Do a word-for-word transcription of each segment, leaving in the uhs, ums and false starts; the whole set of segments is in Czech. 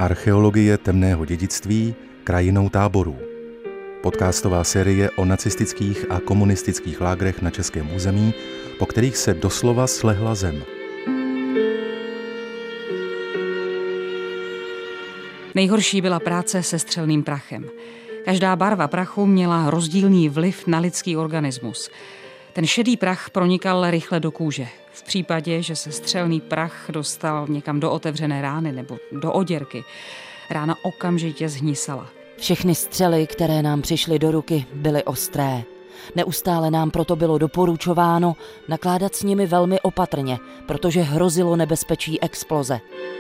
Archeologie temného dědictví krajinou táborů. Podcastová série o nacistických a komunistických lágrech na českém území, po kterých se doslova slehla zem. Nejhorší byla práce se střelným prachem. Každá barva prachu měla rozdílný vliv na lidský organismus. Ten šedý prach pronikal rychle do kůže. V případě, že se střelný prach dostal někam do otevřené rány nebo do oděrky, rána okamžitě zhnisala. Všechny střely, které nám přišly do ruky, byly ostré. Neustále nám proto bylo doporučováno nakládat s nimi velmi opatrně, protože hrozilo nebezpečí exploze.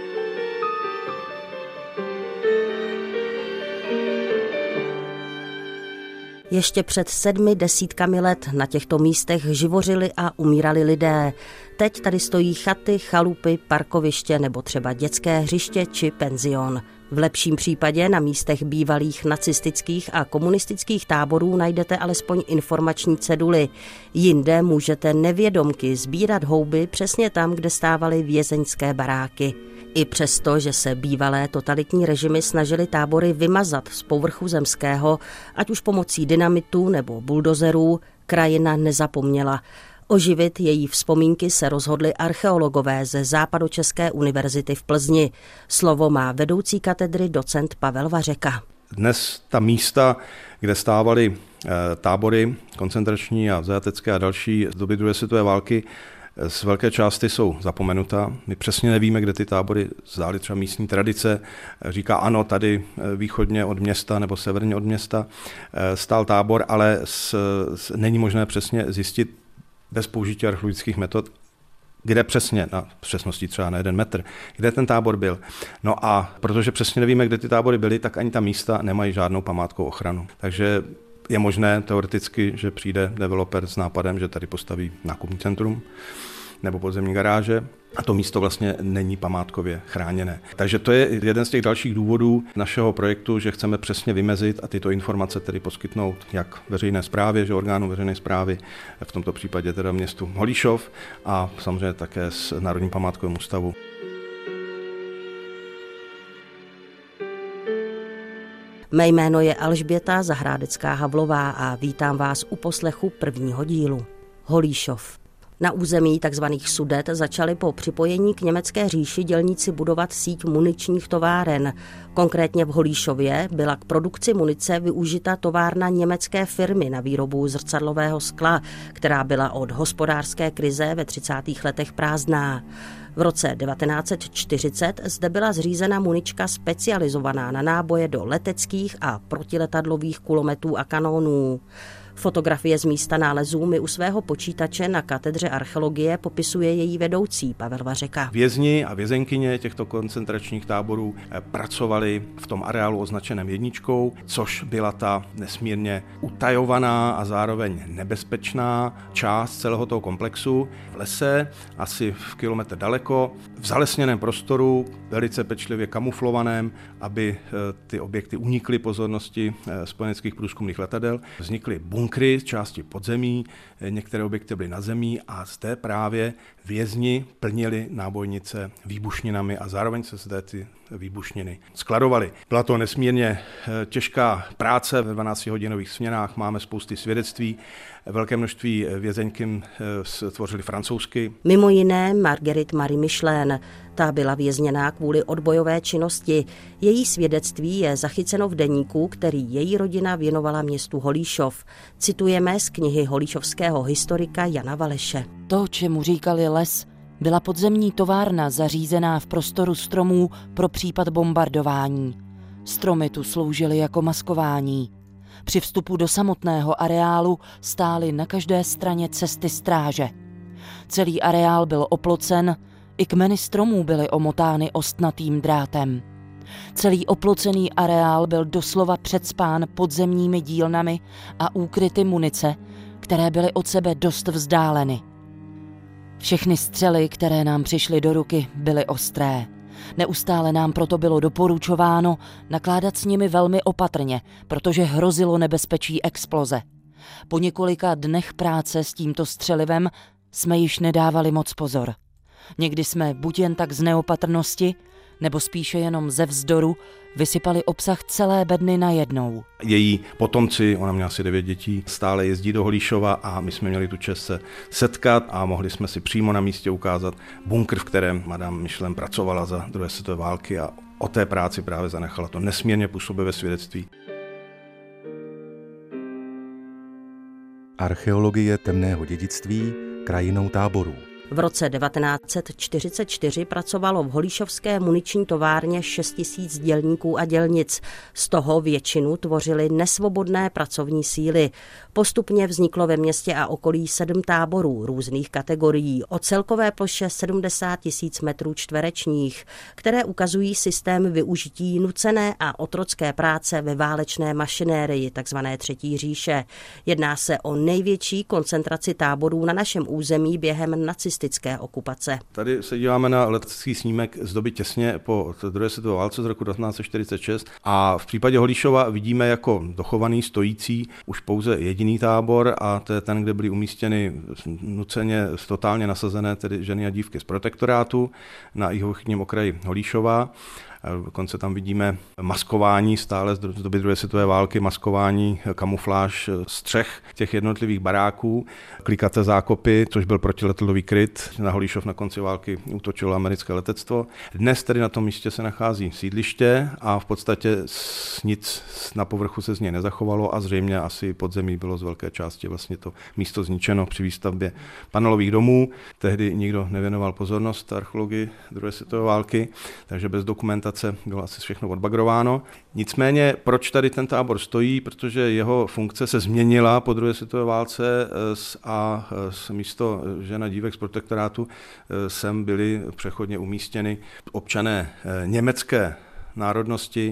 Ještě před sedmi desítkami let na těchto místech živořili a umírali lidé. Teď tady stojí chaty, chalupy, parkoviště nebo třeba dětské hřiště či penzion. V lepším případě na místech bývalých nacistických a komunistických táborů najdete alespoň informační ceduly. Jinde můžete nevědomky sbírat houby přesně tam, kde stávaly vězeňské baráky. I přesto, že se bývalé totalitní režimy snažily tábory vymazat z povrchu zemského, ať už pomocí dynamitu nebo buldozerů, krajina nezapomněla. Oživit její vzpomínky se rozhodli archeologové ze Západočeské univerzity v Plzni. Slovo má vedoucí katedry docent Pavel Vařeka. Dnes ta místa, kde stávaly tábory koncentrační a zajatecké a další z doby druhé světové války, z velké části jsou zapomenuta. My přesně nevíme, kde ty tábory zdály, třeba místní tradice. Říká ano, tady východně od města nebo severně od města stál tábor, ale s, s, není možné přesně zjistit bez použití archeologických metod, kde přesně, na přesnosti třeba na jeden metr, kde ten tábor byl. No a protože přesně nevíme, kde ty tábory byly, tak ani ta místa nemají žádnou památkovou ochranu. Takže je možné teoreticky, že přijde developer s nápadem, že tady postaví nákupní centrum nebo podzemní garáže a to místo vlastně není památkově chráněné. Takže to je jeden z těch dalších důvodů našeho projektu, že chceme přesně vymezit a tyto informace tedy poskytnout jak veřejné správě, že orgánu veřejné správy, v tomto případě teda městu Holíšov a samozřejmě také s Národním památkovým ústavu. Mé jméno je Alžběta Zahrádecká-Havlová a vítám vás u poslechu prvního dílu. Holíšov. Na území tzv. Sudet začali po připojení k německé říši dělníci budovat síť muničních továren. Konkrétně v Holíšově byla k produkci munice využita továrna německé firmy na výrobu zrcadlového skla, která byla od hospodářské krize ve třicátých letech prázdná. V roce devatenáct set čtyřicet zde byla zřízena munička specializovaná na náboje do leteckých a protiletadlových kulometů a kanónů. Fotografie z místa nálezů mi u svého počítače na katedře archeologie popisuje její vedoucí Pavel Vařeka. Vězni a vězenkyně těchto koncentračních táborů pracovali v tom areálu označeném jedničkou, což byla ta nesmírně utajovaná a zároveň nebezpečná část celého toho komplexu v lese, asi v kilometr daleko, v zalesněném prostoru, velice pečlivě kamuflovaném, aby ty objekty unikly pozornosti spojeneckých průzkumných letadel. Vznikly bunkry z části podzemí, některé objekty byly na zemi a zde právě vězni plnili nábojnice výbušninami a zároveň se zde ty výbušniny skladovaly. Byla to nesmírně těžká práce ve dvanáctihodinových směnách, máme spousty svědectví, velké množství vězeňky tvořili francouzsky. Mimo jiné Marguerite Marie Michelin, ta byla vězněná kvůli odbojové činnosti. Její svědectví je zachyceno v deníku, který její rodina věnovala městu Holíšov. Citujeme z knihy holíšovského historika Jana Valeše. To, čemu říkali les, byla podzemní továrna zařízená v prostoru stromů pro případ bombardování. Stromy tu sloužily jako maskování. Při vstupu do samotného areálu stály na každé straně cesty stráže. Celý areál byl oplocen, i kmeny stromů byly omotány ostnatým drátem. Celý oplocený areál byl doslova předspán podzemními dílnami a úkryty munice, které byly od sebe dost vzdáleny. Všechny střely, které nám přišly do ruky, byly ostré. Neustále nám proto bylo doporučováno nakládat s nimi velmi opatrně, protože hrozilo nebezpečí exploze. Po několika dnech práce s tímto střelivem jsme již nedávali moc pozor. Někdy jsme buď jen tak z neopatrnosti, nebo spíše jenom ze vzdoru, vysypali obsah celé bedny najednou. Její potomci, ona měla asi devět dětí, stále jezdí do Holíšova a my jsme měli tu čest se setkat a mohli jsme si přímo na místě ukázat bunkr, v kterém madame Michelin pracovala za druhé světové války a o té práci právě zanechala to nesmírně působivé svědectví. Archeologie temného dědictví krajinou táborů. V roce devatenáct set čtyřicet čtyři pracovalo v holíšovské muniční továrně šest tisíc dělníků a dělnic. Z toho většinu tvořily nesvobodné pracovní síly. Postupně vzniklo ve městě a okolí sedm táborů různých kategorií o celkové ploše sedmdesát tisíc metrů čtverečních, které ukazují systém využití nucené a otrocké práce ve válečné mašinérii, takzvané Třetí říše. Jedná se o největší koncentraci táborů na našem území během nacistické okupace. Tady se díváme na letecký snímek z doby těsně po druhé světové válce z roku devatenáct set čtyřicet šest a v případě Holíšova vidíme jako dochovaný stojící už pouze jediný tábor a to je ten, kde byly umístěny nuceně totálně nasazené tedy ženy a dívky z protektorátu na jihovýchodním okraji Holíšova. Dokonce tam vidíme maskování stále z doby druhé světové války, maskování, kamufláž střech těch jednotlivých baráků, klikaté zákopy, což byl protiletadlový kryt. Na Holíšov na konci války útočilo americké letectvo. Dnes tedy na tom místě se nachází sídliště a v podstatě nic na povrchu se z něj nezachovalo a zřejmě asi podzemí bylo z velké části vlastně to místo zničeno při výstavbě panelových domů. Tehdy nikdo nevěnoval pozornost archeologii druhé světové války, takže bez dokumentace bylo asi všechno odbagrováno. Nicméně, proč tady ten tábor stojí? Protože jeho funkce se změnila po druhé světové válce a z místo žen a dívek z protektorátu sem byly přechodně umístěny občané německé národnosti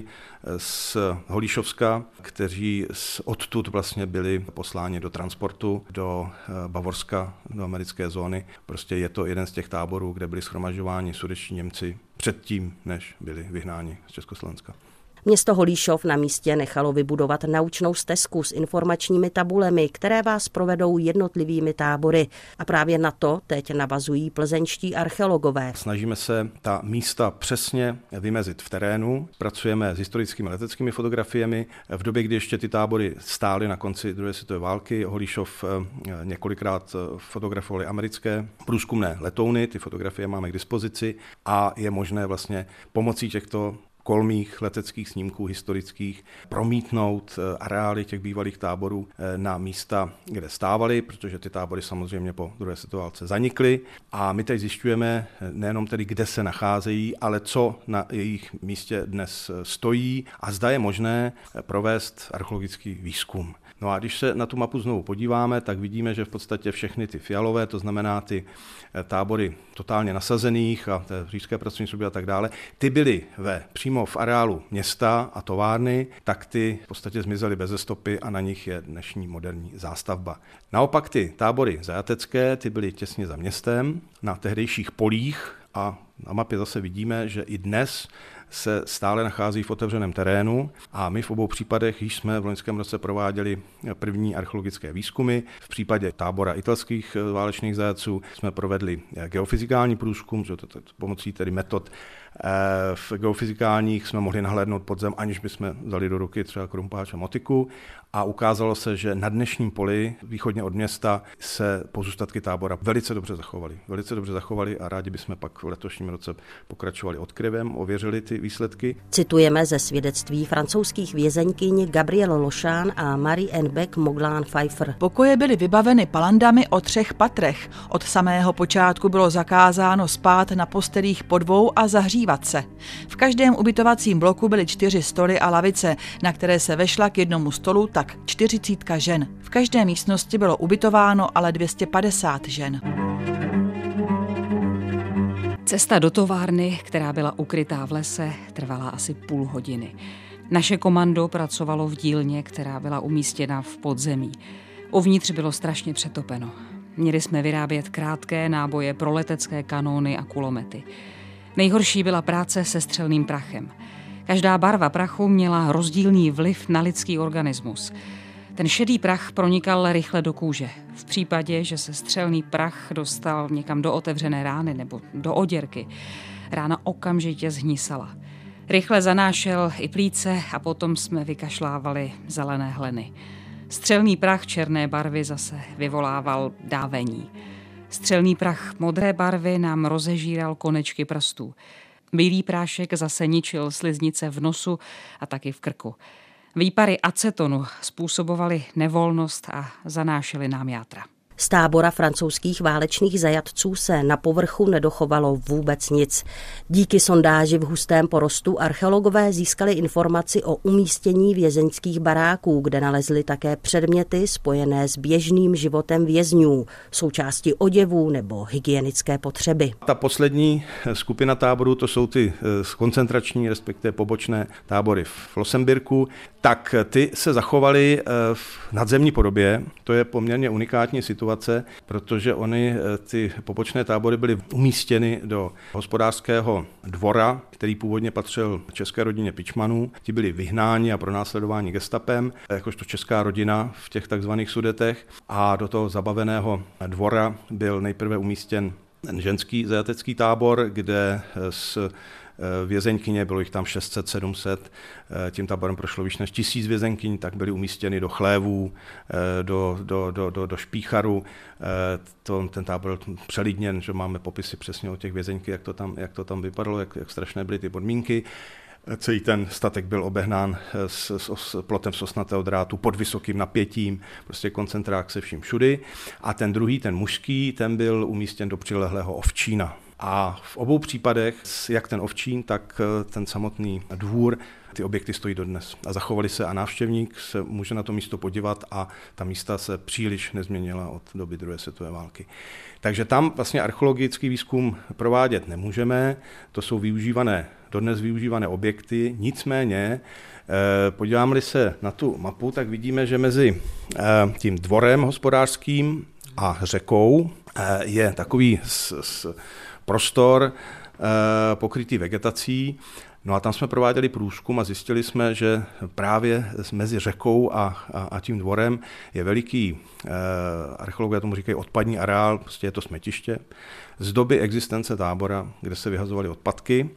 z Holíšovska, kteří odtud vlastně byli posláni do transportu do Bavorska, do americké zóny. Prostě je to jeden z těch táborů, kde byli shromažďováni sudetští Němci předtím, než byli vyhnáni z Československa. Město Holíšov na místě nechalo vybudovat naučnou stezku s informačními tabulemi, které vás provedou jednotlivými tábory. A právě na to teď navazují plzeňští archeologové. Snažíme se ta místa přesně vymezit v terénu. Pracujeme s historickými leteckými fotografiemi. V době, kdy ještě ty tábory stály na konci druhé světové války, Holíšov několikrát fotografovali americké průzkumné letouny. Ty fotografie máme k dispozici a je možné vlastně pomocí těchto kolmých leteckých snímků historických promítnout areály těch bývalých táborů na místa, kde stávaly, protože ty tábory samozřejmě po druhé světové válce zanikly. A my teď zjišťujeme nejenom tedy, kde se nacházejí, ale co na jejich místě dnes stojí a zda je možné provést archeologický výzkum. No a když se na tu mapu znovu podíváme, tak vidíme, že v podstatě všechny ty fialové, to znamená ty tábory totálně nasazených a říšské pracovní služby a tak dále, ty byly ve, přímo v areálu města a továrny, tak ty v podstatě zmizely beze stopy a na nich je dnešní moderní zástavba. Naopak ty tábory zajatecké, ty byly těsně za městem, na tehdejších polích a na mapě zase vidíme, že i dnes se stále nachází v otevřeném terénu a my v obou případech již jsme v loňském roce prováděli první archeologické výzkumy. V případě tábora italských válečných zajatců jsme provedli geofyzikální průzkum, že to, to, pomocí tedy metod v geofyzikálních jsme mohli nahlédnout pod zem, aniž bychom vzali do ruky třeba krumpáč a motiku a ukázalo se, že na dnešním poli východně od města se pozůstatky tábora velice dobře zachovaly. Velice dobře zachovaly a rádi bychom pak v letošním roce pokračovali odkryvem, ověřili ty výsledky. Citujeme ze svědectví francouzských vězeňkyň Gabrielle Lochán a Marie-Anne Beck-Moglan-Pfeiffer. Pokoje byly vybaveny palandami o třech patrech. Od samého počátku bylo zakázáno spát na postelích po dvou a zahřívat se. V každém ubytovacím bloku byly čtyři stoly a lavice, na které se vešla k jednomu stolu tak čtyřicítka žen. V každé místnosti bylo ubytováno ale dvě stě padesát žen. Cesta do továrny, která byla ukrytá v lese, trvala asi půl hodiny. Naše komando pracovalo v dílně, která byla umístěna v podzemí. Uvnitř bylo strašně přetopeno. Měli jsme vyrábět krátké náboje pro letecké kanóny a kulomety. Nejhorší byla práce se střelným prachem. Každá barva prachu měla rozdílný vliv na lidský organismus. Ten šedý prach pronikal rychle do kůže. V případě, že se střelný prach dostal někam do otevřené rány nebo do oděrky, Rána okamžitě zhnisala. Rychle zanášel i plíce a potom jsme vykašlávali zelené hleny. Střelný prach černé barvy zase vyvolával dávení. Střelný prach modré barvy nám rozežíral konečky prstů. Bílý prášek zase ničil sliznice v nosu a taky v krku. Výpary acetonu způsobovaly nevolnost a zanášely nám játra. Z tábora francouzských válečných zajatců se na povrchu nedochovalo vůbec nic. Díky sondáži v hustém porostu archeologové získali informaci o umístění vězeňských baráků, kde nalezli také předměty spojené s běžným životem vězňů, součásti oděvů nebo hygienické potřeby. Ta poslední skupina táborů, to jsou ty koncentrační, respektive pobočné tábory v Flossenbürgu, tak ty se zachovaly v nadzemní podobě. To je poměrně unikátní situace, protože oni, ty pobočné tábory, byly umístěny do hospodářského dvora, který původně patřil české rodině Pičmanů. Ti byli vyhnáni a pronásledováni gestapem, jakožto česká rodina v těch takzvaných Sudetech, a do toho zabaveného dvora byl nejprve umístěn ženský zajatecký tábor, kde s vězeňkyně, bylo jich tam šest set sedm set, tím táborem prošlo víc než tisíc vězeňkyň, tak byly umístěny do chlévů, do, do, do, do, do špícharu. To, ten tábor byl přelidněn, že máme popisy přesně o těch vězeňky, jak to tam, jak to tam vypadalo, jak, jak strašné byly ty podmínky. Celý ten statek byl obehnán s, s, s plotem sosnatého drátu pod vysokým napětím, prostě koncentrák se vším všudy. A ten druhý, ten mužský, ten byl umístěn do přilehlého ovčína. A v obou případech, jak ten ovčín, tak ten samotný dvůr, ty objekty stojí dodnes a zachovali se a návštěvník se může na to místo podívat a ta místa se příliš nezměnila od doby druhé světové války. Takže tam vlastně archeologický výzkum provádět nemůžeme, to jsou využívané, dodnes využívané objekty, nicméně podíváme-li se na tu mapu, tak vidíme, že mezi tím dvorem hospodářským a řekou je takový s, s prostor pokrytý vegetací. No a tam jsme prováděli průzkum a zjistili jsme, že právě mezi řekou a, a, a tím dvorem je veliký, eh, archeologové tomu říkají odpadní areál, prostě je to smetiště, z doby existence tábora, kde se vyhazovaly odpadky.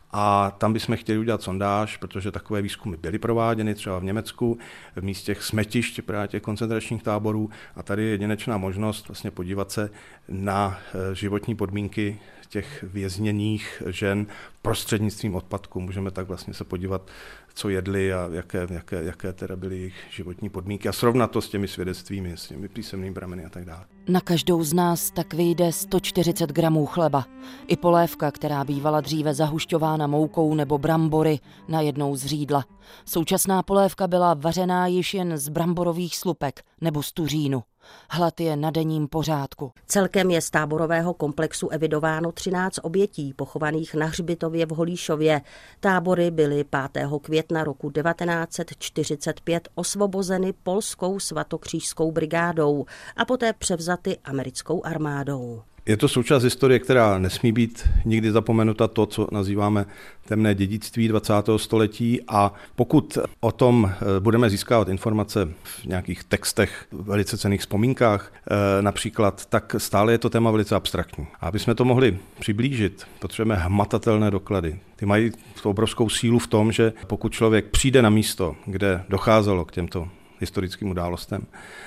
A tam bychom chtěli udělat sondáž, protože takové výzkumy byly prováděny třeba v Německu, v místech smetišť právě těch koncentračních táborů. A tady je jedinečná možnost vlastně podívat se na životní podmínky těch vězněných žen prostřednictvím odpadku. Můžeme tak vlastně se podívat, co jedli a jaké, jaké, jaké teda byly jejich životní podmínky a srovnat to s těmi svědectvími, s těmi písemnými prameny a tak dále. Na každou z nás tak vyjde sto čtyřicet gramů chleba. I polévka, která bývala dříve zahušťována moukou nebo brambory, najednou zřídla. Současná polévka byla vařená již jen z bramborových slupek nebo z tuřínu. Hlad je na denním pořádku. Celkem je z táborového komplexu evidováno třináct obětí, pochovaných na hřbitově v Holíšově. Tábory byly pátého května roku devatenáct set čtyřicet pět osvobozeny polskou svatokřížskou brigádou a poté převzaty americkou armádou. Je to součást historie, která nesmí být nikdy zapomenuta, to, co nazýváme temné dědictví dvacátého století, a pokud o tom budeme získávat informace v nějakých textech, velice cenných vzpomínkách například, tak stále je to téma velice abstraktní. A aby jsme to mohli přiblížit, potřebujeme hmatatelné doklady. Ty mají tu obrovskou sílu v tom, že pokud člověk přijde na místo, kde docházelo k těmto historickým událostem,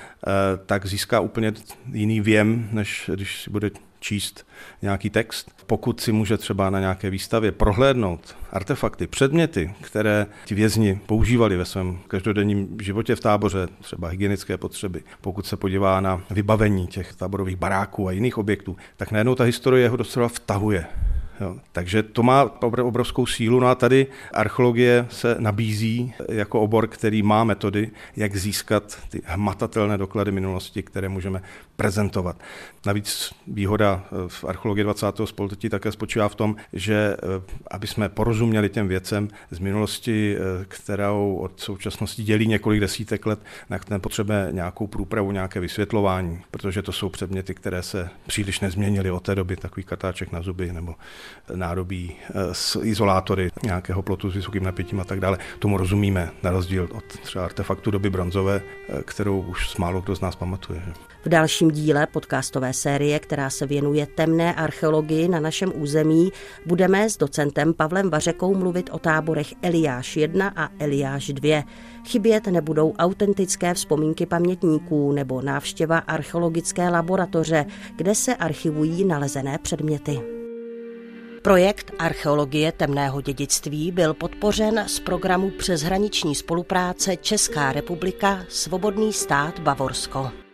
tak získá úplně jiný věm, než když si bude číst nějaký text. Pokud si může třeba na nějaké výstavě prohlédnout artefakty, předměty, které ti vězni používali ve svém každodenním životě v táboře, třeba hygienické potřeby, pokud se podívá na vybavení těch táborových baráků a jiných objektů, tak najednou ta historie ho docela vtahuje. Jo, takže to má obrovskou sílu. No a tady archeologie se nabízí jako obor, který má metody, jak získat ty hmatatelné doklady minulosti, které můžeme prezentovat. Navíc výhoda v archeologii dvacátého století také spočívá v tom, že aby jsme porozuměli těm věcem z minulosti, kterou od současnosti dělí několik desítek let, na které potřebujeme nějakou průpravu, nějaké vysvětlování, protože to jsou předměty, které se příliš nezměnily od té doby, takový kartáček na zuby nebo nádobí s izolátory nějakého plotu s vysokým napětím a tak dále. Tomu rozumíme, na rozdíl od třeba artefaktu doby bronzové, kterou už málo kdo z nás pamatuje. V dalším díle podcastové série, která se věnuje temné archeologii na našem území, budeme s docentem Pavlem Vařekou mluvit o táborech Eliáš jedna a Eliáš dva. Chybět nebudou autentické vzpomínky pamětníků nebo návštěva archeologické laboratoře, kde se archivují nalezené předměty. Projekt Archeologie temného dědictví byl podpořen z programu přeshraniční spolupráce Česká republika, Svobodný stát Bavorsko.